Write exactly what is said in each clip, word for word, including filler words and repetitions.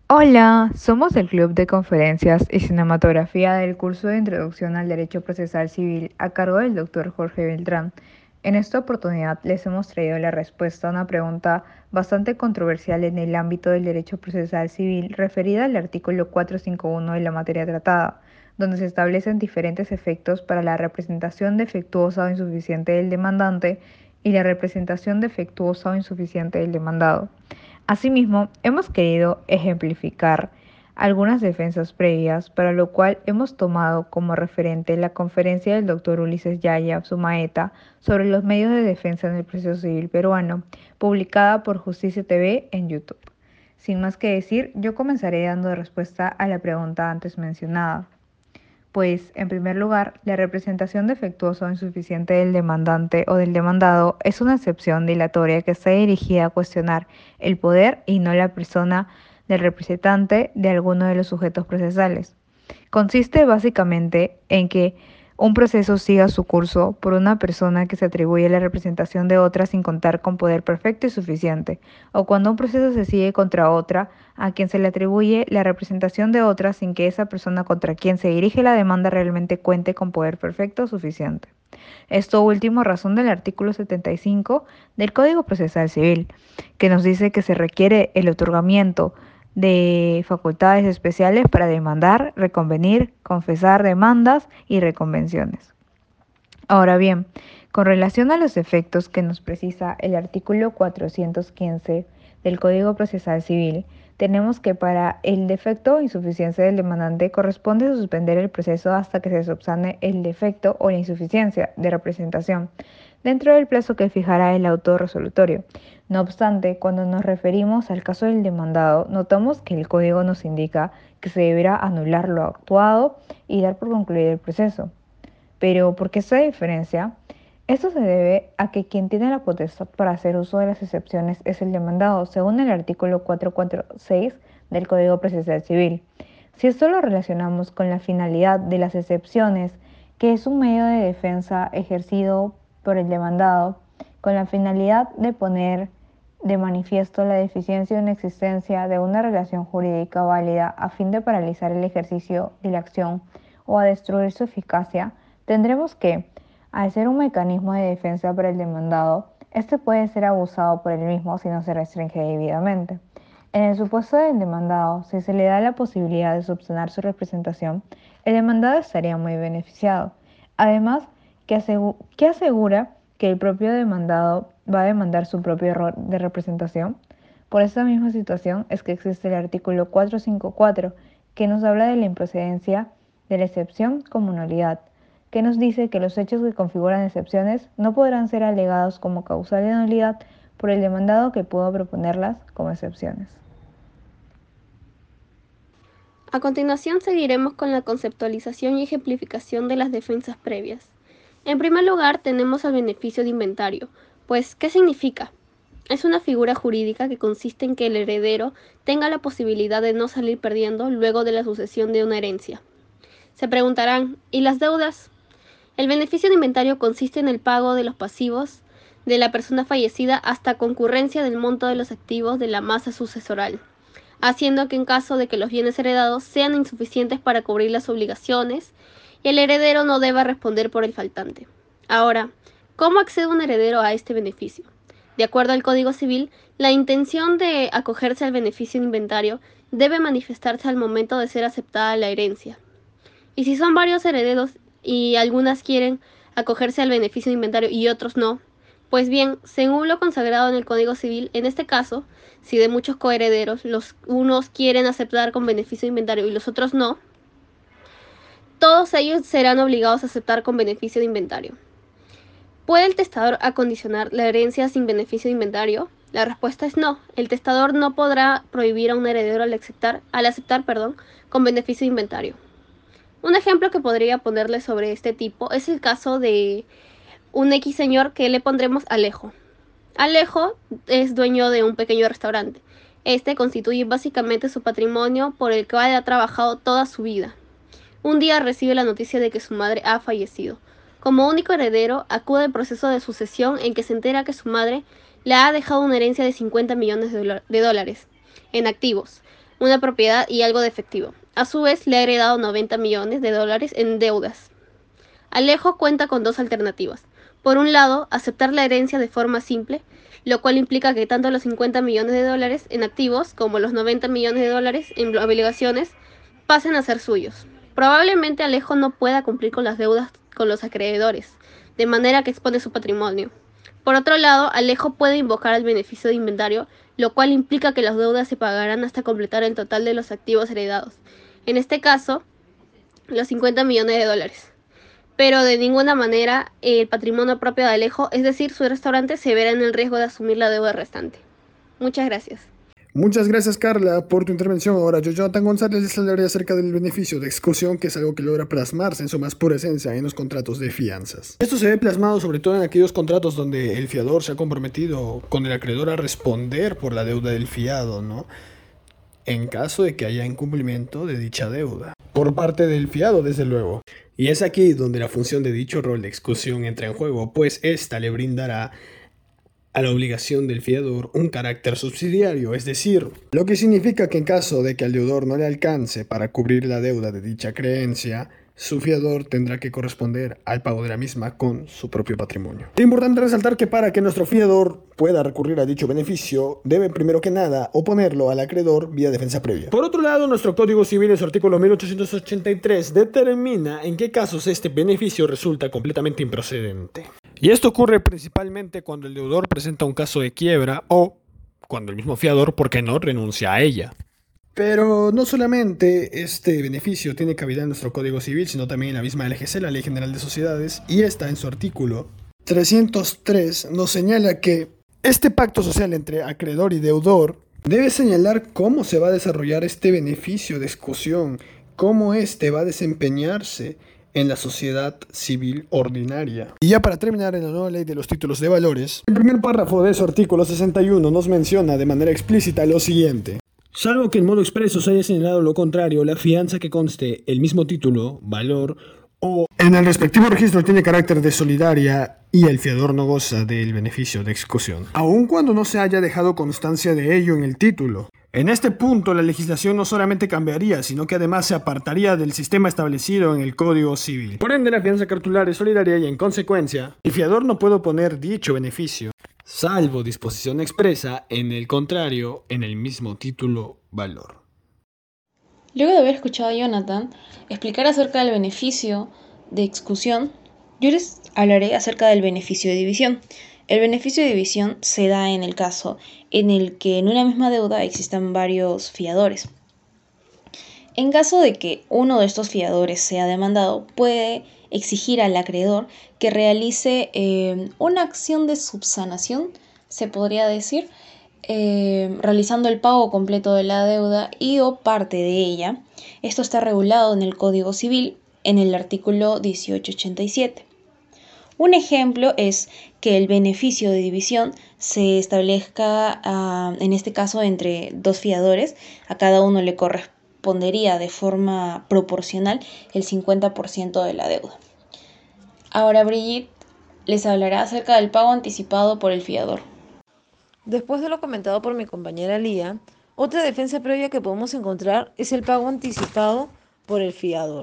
Hola, somos el Club de Conferencias y Cinematografía del curso de Introducción al Derecho Procesal Civil a cargo del doctor Jorge Beltrán. En esta oportunidad les hemos traído la respuesta a una pregunta bastante controversial en el ámbito del derecho procesal civil referida al artículo cuatrocientos cincuenta y uno de la materia tratada, donde se establecen diferentes efectos para la representación defectuosa o insuficiente del demandante y la representación defectuosa o insuficiente del demandado. Asimismo, hemos querido ejemplificar algunas defensas previas, para lo cual hemos tomado como referente la conferencia del doctor Ulises Yaya Sumaeta sobre los medios de defensa en el proceso civil peruano, publicada por Justicia T V en YouTube. Sin más que decir, yo comenzaré dando respuesta a la pregunta antes mencionada. Pues, en primer lugar, la representación defectuosa o insuficiente del demandante o del demandado es una excepción dilatoria que está dirigida a cuestionar el poder y no la persona del representante de alguno de los sujetos procesales. Consiste básicamente en que un proceso siga su curso por una persona que se atribuye la representación de otra sin contar con poder perfecto y suficiente, o cuando un proceso se sigue contra otra a quien se le atribuye la representación de otra sin que esa persona contra quien se dirige la demanda realmente cuente con poder perfecto o suficiente. Esto último razón del artículo setenta y cinco del Código Procesal Civil, que nos dice que se requiere el otorgamiento de facultades especiales para demandar, reconvenir, confesar demandas y reconvenciones. Ahora bien, con relación a los efectos que nos precisa el artículo cuatrocientos quince del Código Procesal Civil, tenemos que para el defecto o insuficiencia del demandante corresponde suspender el proceso hasta que se subsane el defecto o la insuficiencia de representación, dentro del plazo que fijará el auto resolutorio. No obstante, cuando nos referimos al caso del demandado, notamos que el código nos indica que se deberá anular lo actuado y dar por concluido el proceso. Pero, ¿por qué esta diferencia? Esto se debe a que quien tiene la potestad para hacer uso de las excepciones es el demandado, según el artículo cuatrocientos cuarenta y seis del Código Procesal Civil. Si esto lo relacionamos con la finalidad de las excepciones, que es un medio de defensa ejercido por el demandado, con la finalidad de poner de manifiesto la deficiencia o inexistencia de una relación jurídica válida a fin de paralizar el ejercicio de la acción o a destruir su eficacia, tendremos que, al ser un mecanismo de defensa para el demandado, este puede ser abusado por el mismo si no se restringe debidamente. En el supuesto del demandado, si se le da la posibilidad de subsanar su representación, el demandado estaría muy beneficiado. Además, que, asegu que asegura que el propio demandado va a demandar su propio error de representación. Por esta misma situación es que existe el artículo cuatrocientos cincuenta y cuatro, que nos habla de la improcedencia de la excepción como nulidad, que nos dice que los hechos que configuran excepciones no podrán ser alegados como causal de nulidad por el demandado que pudo proponerlas como excepciones. A continuación seguiremos con la conceptualización y ejemplificación de las defensas previas. En primer lugar tenemos el beneficio de inventario, pues ¿qué significa? Es una figura jurídica que consiste en que el heredero tenga la posibilidad de no salir perdiendo luego de la sucesión de una herencia. Se preguntarán, ¿y las deudas? El beneficio de inventario consiste en el pago de los pasivos de la persona fallecida hasta concurrencia del monto de los activos de la masa sucesoral, haciendo que en caso de que los bienes heredados sean insuficientes para cubrir las obligaciones, el heredero no deba responder por el faltante. Ahora, ¿cómo accede un heredero a este beneficio? De acuerdo al Código Civil, la intención de acogerse al beneficio de inventario debe manifestarse al momento de ser aceptada la herencia. Y si son varios herederos y algunas quieren acogerse al beneficio de inventario y otros no, pues bien, según lo consagrado en el Código Civil, en este caso, si de muchos coherederos los unos quieren aceptar con beneficio de inventario y los otros no, todos ellos serán obligados a aceptar con beneficio de inventario. ¿Puede el testador acondicionar la herencia sin beneficio de inventario? La respuesta es no. El testador no podrá prohibir a un heredero al aceptar, al aceptar perdón, con beneficio de inventario. Un ejemplo que podría ponerle sobre este tipo es el caso de un X señor que le pondremos Alejo. Alejo es dueño de un pequeño restaurante. Este constituye básicamente su patrimonio por el cual ha trabajado toda su vida. Un día recibe la noticia de que su madre ha fallecido. Como único heredero, acude al proceso de sucesión en que se entera que su madre le ha dejado una herencia de cincuenta millones de dólares en activos, una propiedad y algo de efectivo. A su vez, le ha heredado noventa millones de dólares en deudas. Alejo cuenta con dos alternativas. Por un lado, aceptar la herencia de forma simple, lo cual implica que tanto los cincuenta millones de dólares en activos como los noventa millones de dólares en obligaciones pasen a ser suyos. Probablemente Alejo no pueda cumplir con las deudas con los acreedores, de manera que expone su patrimonio. Por otro lado, Alejo puede invocar el beneficio de inventario, lo cual implica que las deudas se pagarán hasta completar el total de los activos heredados. En este caso, los cincuenta millones de dólares. Pero de ninguna manera el patrimonio propio de Alejo, es decir, su restaurante, se verá en el riesgo de asumir la deuda restante. Muchas gracias. Muchas gracias, Carla, por tu intervención. Ahora yo, Jonathan González, les hablaré acerca del beneficio de exclusión, que es algo que logra plasmarse en su más pura esencia en los contratos de fianzas. Esto se ve plasmado sobre todo en aquellos contratos donde el fiador se ha comprometido con el acreedor a responder por la deuda del fiado, ¿no? En caso de que haya incumplimiento de dicha deuda, por parte del fiado, desde luego. Y es aquí donde la función de dicho rol de exclusión entra en juego, pues ésta le brindará a la obligación del fiador un carácter subsidiario, es decir, lo que significa que en caso de que al deudor no le alcance para cubrir la deuda de dicha creencia, su fiador tendrá que corresponder al pago de la misma con su propio patrimonio. Es importante resaltar que para que nuestro fiador pueda recurrir a dicho beneficio, debe primero que nada oponerlo al acreedor vía defensa previa. Por otro lado, nuestro Código Civil en su artículo mil ochocientos ochenta y tres determina en qué casos este beneficio resulta completamente improcedente. Y esto ocurre principalmente cuando el deudor presenta un caso de quiebra o cuando el mismo fiador, ¿por qué no?, renuncia a ella. Pero no solamente este beneficio tiene cabida en nuestro Código Civil, sino también en la misma L G C, la Ley General de Sociedades, y esta en su artículo trescientos tres nos señala que este pacto social entre acreedor y deudor debe señalar cómo se va a desarrollar este beneficio de exclusión, cómo éste va a desempeñarse en la sociedad civil ordinaria. Y ya para terminar, en la nueva ley de los títulos de valores, el primer párrafo de su artículo sesenta y uno nos menciona de manera explícita lo siguiente: salvo que en modo expreso se haya señalado lo contrario, la fianza que conste el mismo título, valor o en el respectivo registro tiene carácter de solidaria y el fiador no goza del beneficio de exclusión, aun cuando no se haya dejado constancia de ello en el título. En este punto, la legislación no solamente cambiaría, sino que además se apartaría del sistema establecido en el Código Civil. Por ende, la fianza cartular es solidaria y, en consecuencia, el fiador no puede oponer dicho beneficio, salvo disposición expresa en el contrario en el mismo título valor. Luego de haber escuchado a Jonathan explicar acerca del beneficio de exclusión, yo les hablaré acerca del beneficio de división. El beneficio de división se da en el caso en el que en una misma deuda existan varios fiadores. En caso de que uno de estos fiadores sea demandado, puede exigir al acreedor que realice eh, una acción de subsanación, se podría decir, eh, realizando el pago completo de la deuda y o parte de ella. Esto está regulado en el Código Civil en el artículo dieciocho ochenta y siete. Un ejemplo es que el beneficio de división se establezca, uh, en este caso, entre dos fiadores. A cada uno le correspondería de forma proporcional el cincuenta por ciento de la deuda. Ahora Brigitte les hablará acerca del pago anticipado por el fiador. Después de lo comentado por mi compañera Lía, otra defensa previa que podemos encontrar es el pago anticipado por el fiador.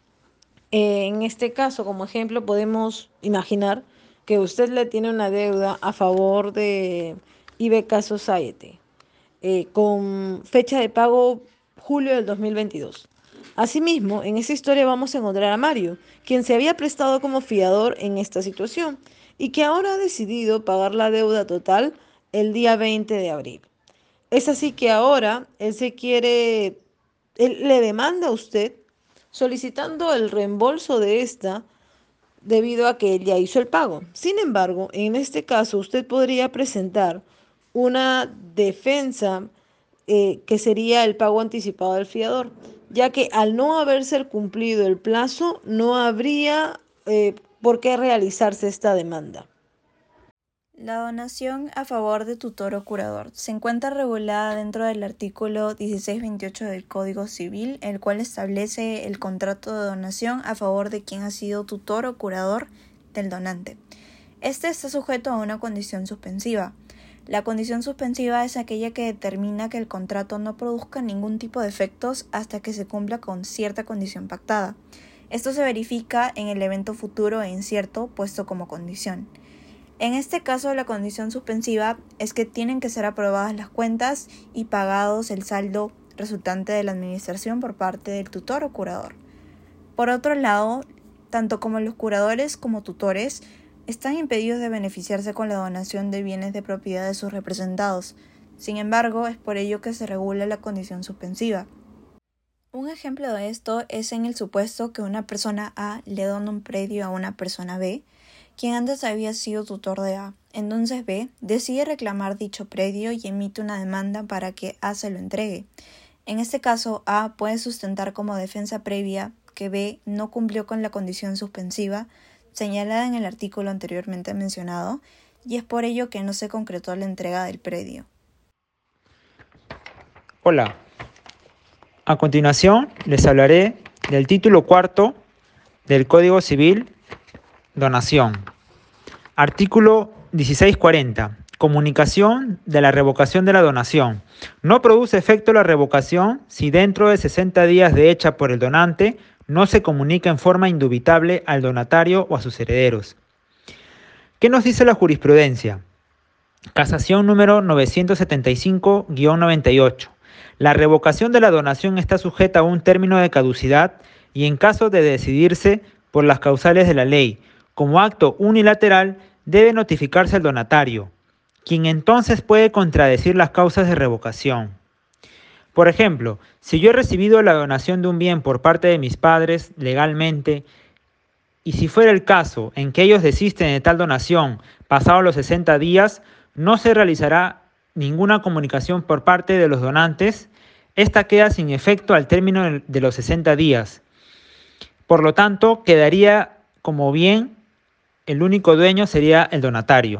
En este caso, como ejemplo, podemos imaginar que usted le tiene una deuda a favor de I B K Society eh, con fecha de pago julio del dos mil veintidós. Asimismo, en esta historia vamos a encontrar a Mario, quien se había prestado como fiador en esta situación y que ahora ha decidido pagar la deuda total el día veinte de abril. Es así que ahora él se quiere, él le demanda a usted solicitando el reembolso de esta debido a que él ya hizo el pago. Sin embargo, en este caso usted podría presentar una defensa eh, que sería el pago anticipado del fiador, ya que al no haberse cumplido el plazo no habría eh, por qué realizarse esta demanda. La donación a favor de tutor o curador se encuentra regulada dentro del artículo dieciséis veintiocho del Código Civil, el cual establece el contrato de donación a favor de quien ha sido tutor o curador del donante. Este está sujeto a una condición suspensiva. La condición suspensiva es aquella que determina que el contrato no produzca ningún tipo de efectos hasta que se cumpla con cierta condición pactada. Esto se verifica en el evento futuro e incierto puesto como condición. En este caso, la condición suspensiva es que tienen que ser aprobadas las cuentas y pagados el saldo resultante de la administración por parte del tutor o curador. Por otro lado, tanto como los curadores como tutores están impedidos de beneficiarse con la donación de bienes de propiedad de sus representados. Sin embargo, es por ello que se regula la condición suspensiva. Un ejemplo de esto es en el supuesto que una persona A le dona un predio a una persona B, quien antes había sido tutor de A. Entonces B decide reclamar dicho predio y emite una demanda para que A se lo entregue. En este caso, A puede sustentar como defensa previa que B no cumplió con la condición suspensiva señalada en el artículo anteriormente mencionado, y es por ello que no se concretó la entrega del predio. Hola, a continuación les hablaré del título cuarto del Código Civil, donación. Artículo dieciséis cuarenta. Comunicación de la revocación de la donación. No produce efecto la revocación si dentro de sesenta días de hecha por el donante no se comunica en forma indubitable al donatario o a sus herederos. ¿Qué nos dice la jurisprudencia? Casación número novecientos setenta y cinco guión noventa y ocho. La revocación de la donación está sujeta a un término de caducidad y en caso de decidirse por las causales de la ley, como acto unilateral, debe notificarse al donatario, quien entonces puede contradecir las causas de revocación. Por ejemplo, si yo he recibido la donación de un bien por parte de mis padres legalmente, y si fuera el caso en que ellos desisten de tal donación pasados los sesenta días, no se realizará ninguna comunicación por parte de los donantes. Esta queda sin efecto al término de los sesenta días. Por lo tanto, quedaría como bien, el único dueño sería el donatario.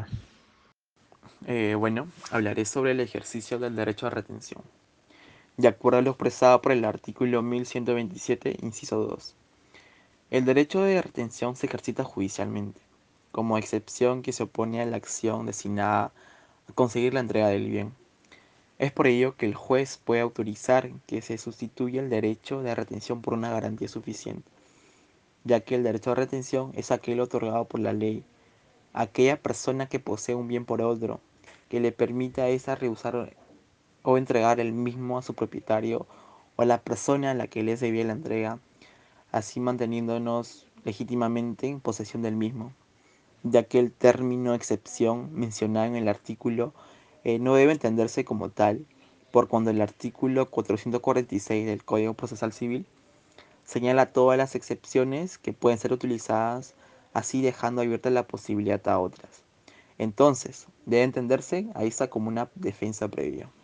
Eh, bueno, hablaré sobre el ejercicio del derecho a retención, de acuerdo a lo expresado por el artículo mil ciento veintisiete, inciso dos. El derecho de retención se ejercita judicialmente, como excepción que se opone a la acción destinada a conseguir la entrega del bien. Es por ello que el juez puede autorizar que se sustituya el derecho de retención por una garantía suficiente, ya que el derecho de retención es aquel otorgado por la ley a aquella persona que posee un bien por otro, que le permita a esa rehusar o entregar el mismo a su propietario o a la persona a la que le es debida la entrega, así manteniéndonos legítimamente en posesión del mismo, ya que el término excepción mencionado en el artículo eh, no debe entenderse como tal, por cuando el artículo cuatrocientos cuarenta y seis del Código Procesal Civil señala todas las excepciones que pueden ser utilizadas, así dejando abierta la posibilidad a otras. Entonces, debe entenderse a esta como una defensa previa.